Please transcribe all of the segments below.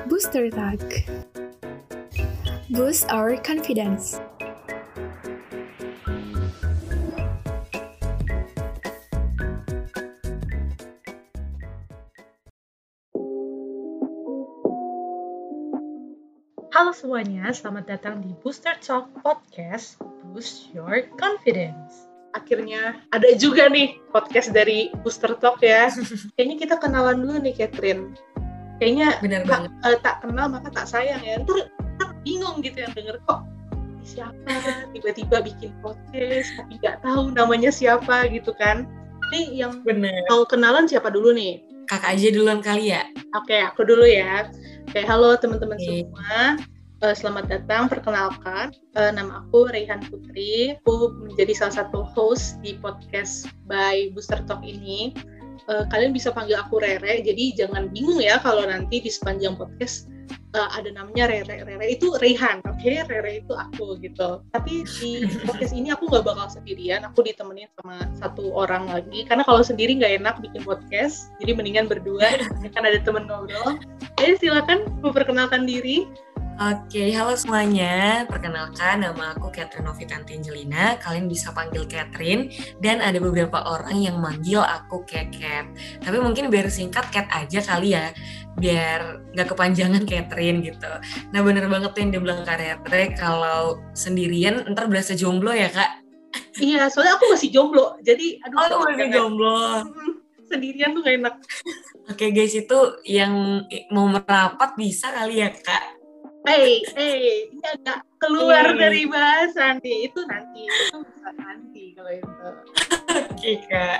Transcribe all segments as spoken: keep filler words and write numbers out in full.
Booster Talk. Boost our confidence. Halo semuanya, selamat datang di Booster Talk Podcast, Boost Your Confidence. Akhirnya ada juga nih podcast dari Booster Talk ya. Kayaknya kita kenalan dulu nih, Catherine. Kayaknya benar tak, banget. uh, tak kenal maka tak sayang ya. Ntar, ntar bingung gitu yang denger, kok siapa tiba-tiba bikin podcast tapi nggak tahu namanya siapa gitu kan. Nih yang Bener. mau kenalan siapa dulu nih? Kakak aja duluan kali ya. Oke, aku dulu ya. Oke, halo teman-teman Oke. semua. Uh, selamat datang, perkenalkan. Uh, nama aku Raihan Putri. Aku menjadi salah satu host di podcast by Booster Talk ini. Uh, kalian bisa panggil aku Rere, jadi jangan bingung ya kalau nanti di sepanjang podcast uh, ada namanya Rere. Rere itu Raihan, oke? Okay? Rere itu aku gitu. Tapi di podcast ini aku nggak bakal sendirian, aku ditemenin sama satu orang lagi. Karena kalau sendiri nggak enak bikin podcast, jadi mendingan berdua, kan ada temen ngobrol. Jadi silakan memperkenalkan diri. Oke, halo semuanya. Perkenalkan, nama aku Catherine Novitanti Angelina. Kalian bisa panggil Catherine. Dan ada beberapa orang yang manggil aku Keket. Tapi mungkin biar singkat Cat aja kali ya. Biar gak kepanjangan Catherine gitu. Nah bener banget tuh yang dibilang Kak Rere. Kalau sendirian ntar berasa jomblo ya Kak? Iya, soalnya aku masih jomblo. Jadi aduh. Oh, aku masih jomblo. Sendirian tuh gak enak. Oke guys, itu yang mau merapat bisa kali ya Kak? Hey, hey, ini agak keluar hey. dari bahasan nih. Itu nanti, itu bisa nanti kalau itu. Oke Kak.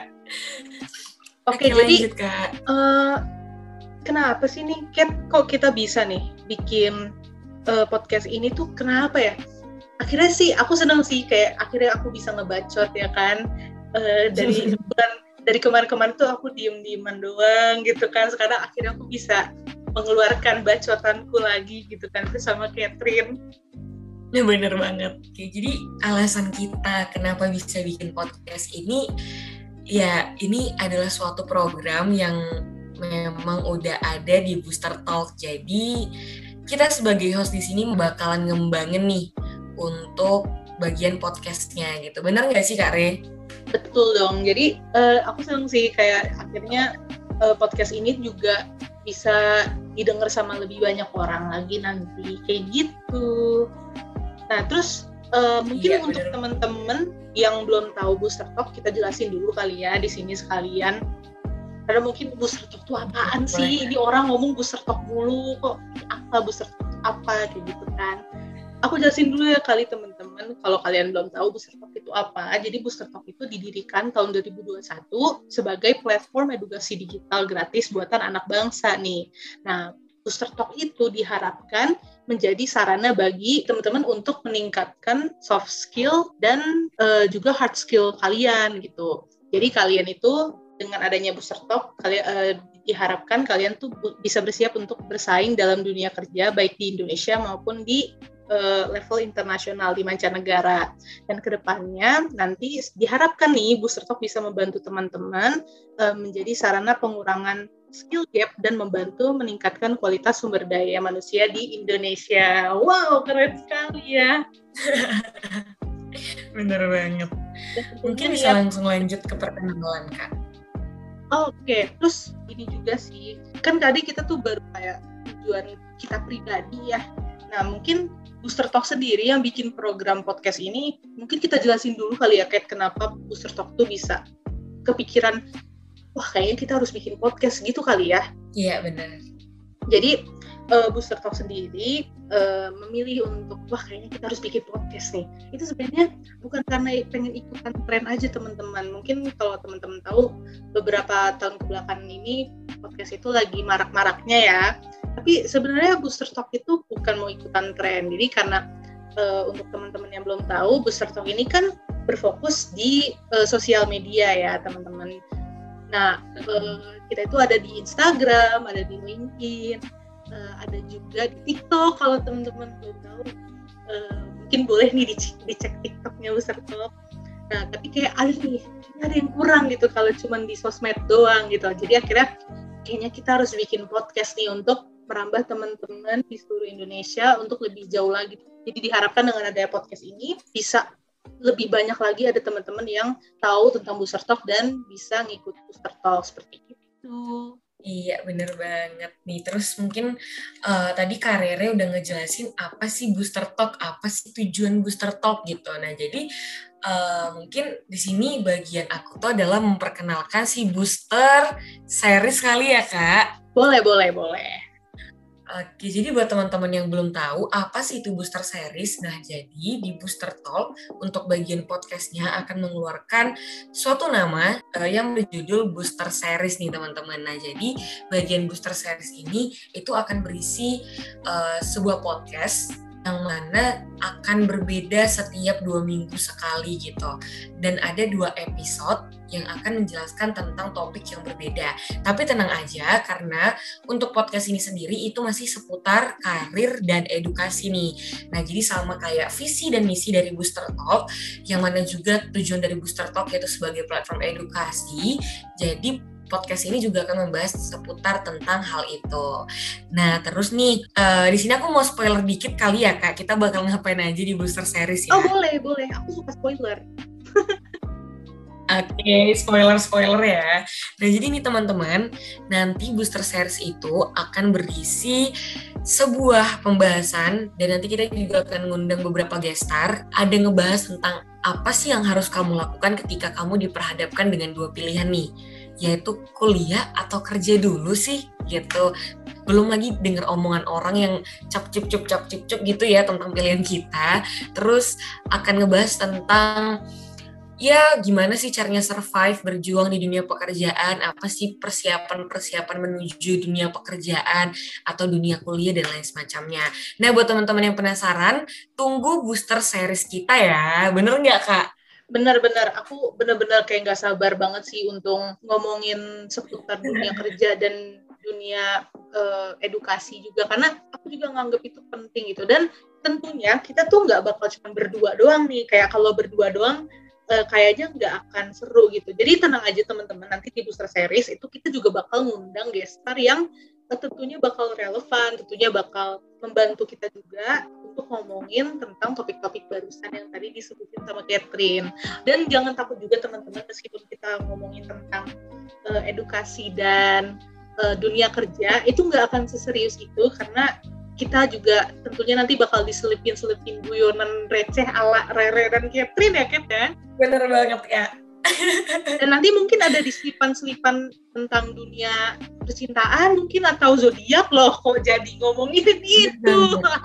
Oke, Oke, jadi lanjut, Kak. Uh, kenapa sih nih, Kat, kok kita bisa nih bikin uh, podcast ini tuh kenapa ya? Akhirnya sih aku seneng sih, kayak akhirnya aku bisa ngebacot ya kan. Uh, dari bulan dari kemarin-kemarin tuh aku diem-dieman doang gitu kan. Sekarang akhirnya aku bisa mengeluarkan bacotanku lagi gitu kan bersama Catherine. Nah bener banget. Oke, jadi alasan kita kenapa bisa bikin podcast ini, ya ini adalah suatu program yang memang udah ada di Booster Talk. Jadi kita sebagai host di sini bakalan ngembangin nih untuk bagian podcastnya gitu. Bener nggak sih Kak Re? Betul dong. Jadi uh, aku seneng sih kayak akhirnya uh, podcast ini juga bisa didengar sama lebih banyak orang lagi nanti kayak gitu. Nah terus uh, mungkin iya, untuk bener. Teman-teman yang belum tahu Booster Talk kita jelasin dulu kali ya di sini sekalian. Karena mungkin Booster Talk itu apaan Boleh. sih? Ini orang ngomong Booster Talk mulu kok apa Booster Talk apa kayak gitu kan. Aku jelasin dulu ya kali teman-teman, kalau kalian belum tahu Booster Talk itu apa. Jadi Booster Talk itu didirikan tahun dua ribu dua puluh satu sebagai platform edukasi digital gratis buatan anak bangsa nih. Nah, Booster Talk itu diharapkan menjadi sarana bagi teman-teman untuk meningkatkan soft skill dan uh, juga hard skill kalian gitu. Jadi kalian itu dengan adanya Booster Talk, kalian uh, diharapkan kalian tuh bisa bersiap untuk bersaing dalam dunia kerja baik di Indonesia maupun di level internasional di mancanegara. Dan kedepannya nanti diharapkan nih Booster Talk bisa membantu teman-teman uh, menjadi sarana pengurangan skill gap dan membantu meningkatkan kualitas sumber daya manusia di Indonesia. Wow, keren sekali ya. Bener banget. Mungkin bisa ya. Langsung lanjut ke perkenalan Kak. Oke, okay. Terus ini juga sih, kan tadi kita tuh baru kayak tujuan kita pribadi ya. Nah mungkin Booster Talk sendiri yang bikin program podcast ini, mungkin kita jelasin dulu kali ya, Kate, kenapa Booster Talk tuh bisa kepikiran, wah kayaknya kita harus bikin podcast gitu kali ya. Iya, benar. Jadi, uh, Booster Talk sendiri uh, memilih untuk, wah kayaknya kita harus bikin podcast nih. Itu sebenarnya bukan karena pengen ikutan tren aja teman-teman. Mungkin kalau teman-teman tahu, beberapa tahun kebelakangan ini, podcast itu lagi marak-maraknya ya. Tapi sebenarnya Booster Talk itu bukan mau ikutan tren. Jadi karena uh, untuk teman-teman yang belum tahu, Booster Talk ini kan berfokus di uh, sosial media ya teman-teman. Nah, uh, kita itu ada di Instagram, ada di LinkedIn, uh, ada juga di TikTok. Kalau teman-teman belum tahu, uh, mungkin boleh nih dicek, dicek TikToknya Booster Talk. Nah, tapi kayak ada nih, ada yang kurang gitu kalau cuma di sosmed doang gitu. Jadi akhirnya kayaknya kita harus bikin podcast nih untuk merambah teman-teman di seluruh Indonesia untuk lebih jauh lagi. Jadi diharapkan dengan adanya podcast ini bisa lebih banyak lagi ada teman-teman yang tahu tentang Booster Talk dan bisa ngikut Booster Talk seperti itu. Iya, bener banget nih. Terus mungkin uh, tadi Kak Rere udah ngejelasin apa sih Booster Talk, apa sih tujuan Booster Talk gitu. Nah, jadi uh, mungkin di sini bagian aku tuh adalah memperkenalkan si Booster Series kali ya, Kak. Boleh, boleh, boleh. Oke, jadi buat teman-teman yang belum tahu apa sih itu Booster Series, nah jadi di Booster Talk untuk bagian podcastnya akan mengeluarkan suatu nama uh, yang berjudul Booster Series nih teman-teman. Nah jadi bagian Booster Series ini itu akan berisi uh, sebuah podcast yang mana akan berbeda setiap dua minggu sekali gitu. Dan ada dua episode yang akan menjelaskan tentang topik yang berbeda. Tapi tenang aja, karena untuk podcast ini sendiri itu masih seputar karir dan edukasi nih. Nah, jadi sama kayak visi dan misi dari Booster Talk, yang mana juga tujuan dari Booster Talk yaitu sebagai platform edukasi. Jadi podcast ini juga akan membahas seputar tentang hal itu. Nah, terus nih, uh, di sini aku mau spoiler dikit kali ya, Kak. Kita bakal ngapain aja di Booster Series ya? Oh, boleh, boleh. Aku suka spoiler. Oke, okay, spoiler-spoiler ya. Nah, jadi nih teman-teman, nanti Booster Series itu akan berisi sebuah pembahasan, dan nanti kita juga akan ngundang beberapa guest star. Ada ngebahas tentang apa sih yang harus kamu lakukan ketika kamu diperhadapkan dengan dua pilihan nih, yaitu kuliah atau kerja dulu sih gitu. Belum lagi denger omongan orang yang cap cip cup cap cip cup gitu ya tentang pilihan kita. Terus akan ngebahas tentang ya gimana sih caranya survive, berjuang di dunia pekerjaan, apa sih persiapan-persiapan menuju dunia pekerjaan atau dunia kuliah dan lain semacamnya. Nah, buat teman-teman yang penasaran, tunggu Booster Series kita ya. Bener nggak, Kak? Bener-bener, aku bener-bener kayak nggak sabar banget sih untuk ngomongin seputar dunia kerja dan dunia uh, edukasi juga, karena aku juga nganggap itu penting gitu. Dan tentunya kita tuh nggak bakal cuma berdua doang nih, kayak kalau berdua doang Uh, kayaknya nggak akan seru gitu. Jadi tenang aja teman-teman, nanti di Booster Series itu kita juga bakal ngundang guest star yang uh, tentunya bakal relevan, tentunya bakal membantu kita juga untuk ngomongin tentang topik-topik barusan yang tadi disebutin sama Catherine. Dan jangan takut juga teman-teman, meskipun kita ngomongin tentang uh, edukasi dan uh, dunia kerja, itu nggak akan seserius itu, karena kita juga tentunya nanti bakal diselipin-selipin guyonan receh ala Rere dan Catherine ya, Kat ya? Bener banget, Kak. Dan nanti mungkin ada diselipan-selipan tentang dunia percintaan mungkin, atau zodiak loh, kok jadi ngomongin itu.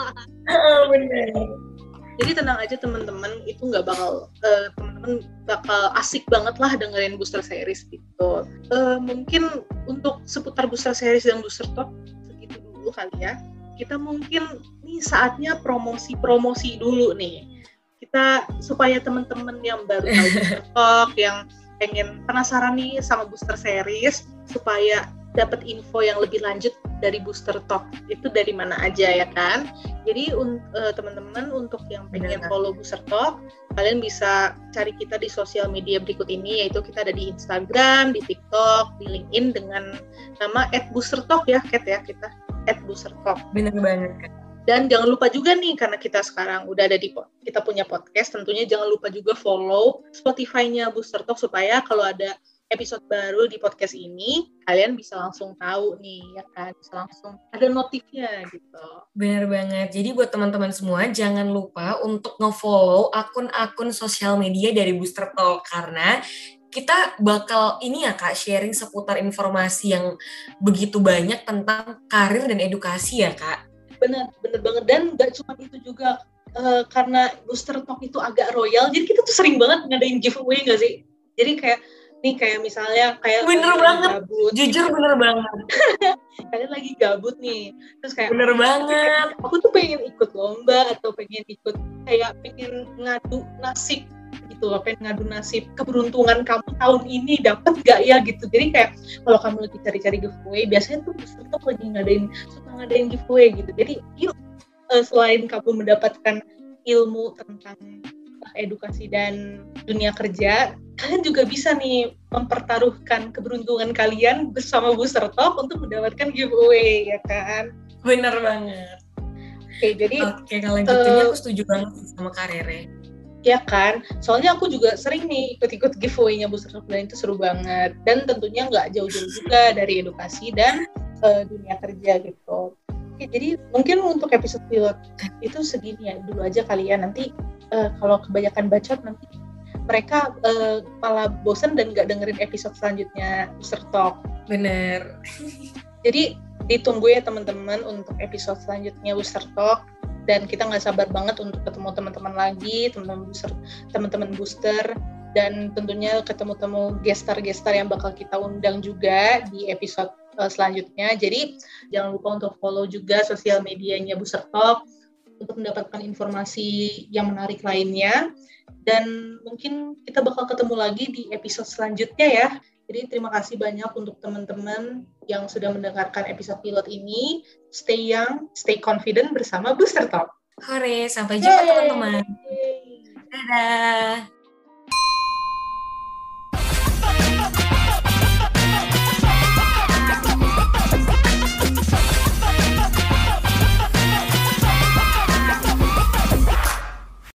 Bener. Jadi tenang aja teman-teman, itu nggak bakal, uh, teman-teman bakal asik banget lah dengerin Booster Series gitu. Uh, mungkin untuk seputar Booster Series dan Booster Talk segitu dulu kali ya. Kita mungkin nih saatnya promosi-promosi dulu nih. Kita supaya teman-teman yang baru tahu Booster Talk, yang pengen penasaran nih sama Booster Series, supaya dapat info yang lebih lanjut dari Booster Talk, itu dari mana aja ya kan? Jadi un- uh, teman-teman untuk yang pengen Benar. follow Booster Talk, kalian bisa cari kita di sosial media berikut ini, yaitu kita ada di Instagram, di TikTok, di LinkedIn dengan nama et booster talk ya, Kat ya, kita et booster talk. Bener banget, Kak. Dan jangan lupa juga nih, karena kita sekarang udah ada di, kita punya podcast, tentunya jangan lupa juga follow Spotify-nya Booster Talk, supaya kalau ada episode baru di podcast ini, kalian bisa langsung tahu nih, ya kan? Bisa langsung ada notifnya gitu. Bener banget. Jadi buat teman-teman semua, jangan lupa untuk nge-follow akun-akun sosial media dari Booster Talk, karena kita bakal ini ya Kak, sharing seputar informasi yang begitu banyak tentang karir dan edukasi ya Kak. Bener, bener banget. Dan gak cuma itu juga, uh, karena Booster Talk itu agak royal, jadi kita tuh sering banget ngadain giveaway gak sih? Jadi kayak, nih kayak misalnya, kayak bener banget, gabut, jujur gitu. Bener banget. Kalian lagi gabut nih, terus kayak, bener banget. Aku tuh pengen ikut lomba, atau pengen ikut, kayak pengen ngadu nasib, gitu loh, pengen ngadu nasib keberuntungan kamu tahun ini dapat gak ya gitu. Jadi kayak kalau kamu lagi cari-cari giveaway, biasanya tuh Booster Talk lagi ngadain, suka ngadain giveaway gitu. Jadi yuk, uh, selain kamu mendapatkan ilmu tentang edukasi dan dunia kerja, kalian juga bisa nih mempertaruhkan keberuntungan kalian bersama Booster Talk untuk mendapatkan giveaway, ya kan? Bener banget. Oke, jadi Oke, kalau gitu uh, aku setuju banget sama Kak Rere. Ya kan, soalnya aku juga sering nih ikut-ikut giveaway-nya Booster Talk dan itu seru banget. Dan tentunya nggak jauh-jauh juga dari edukasi dan uh, dunia kerja gitu. Oke, jadi mungkin untuk episode pilot itu segini ya dulu aja kali ya. Nanti uh, kalau kebanyakan bacot nanti mereka uh, malah bosen dan nggak dengerin episode selanjutnya Booster Talk. Bener. Jadi ditunggu ya teman-teman untuk episode selanjutnya Booster Talk. Dan kita nggak sabar banget untuk ketemu teman-teman lagi, teman-teman booster, teman-teman booster, dan tentunya ketemu-temu gestar-gestar yang bakal kita undang juga di episode uh, selanjutnya. Jadi jangan lupa untuk follow juga sosial medianya Booster Talk untuk mendapatkan informasi yang menarik lainnya. Dan mungkin kita bakal ketemu lagi di episode selanjutnya ya. Jadi terima kasih banyak untuk teman-teman yang sudah mendengarkan episode pilot ini. Stay young, stay confident bersama Booster Talk. Hore, sampai jumpa teman-teman. Dadah.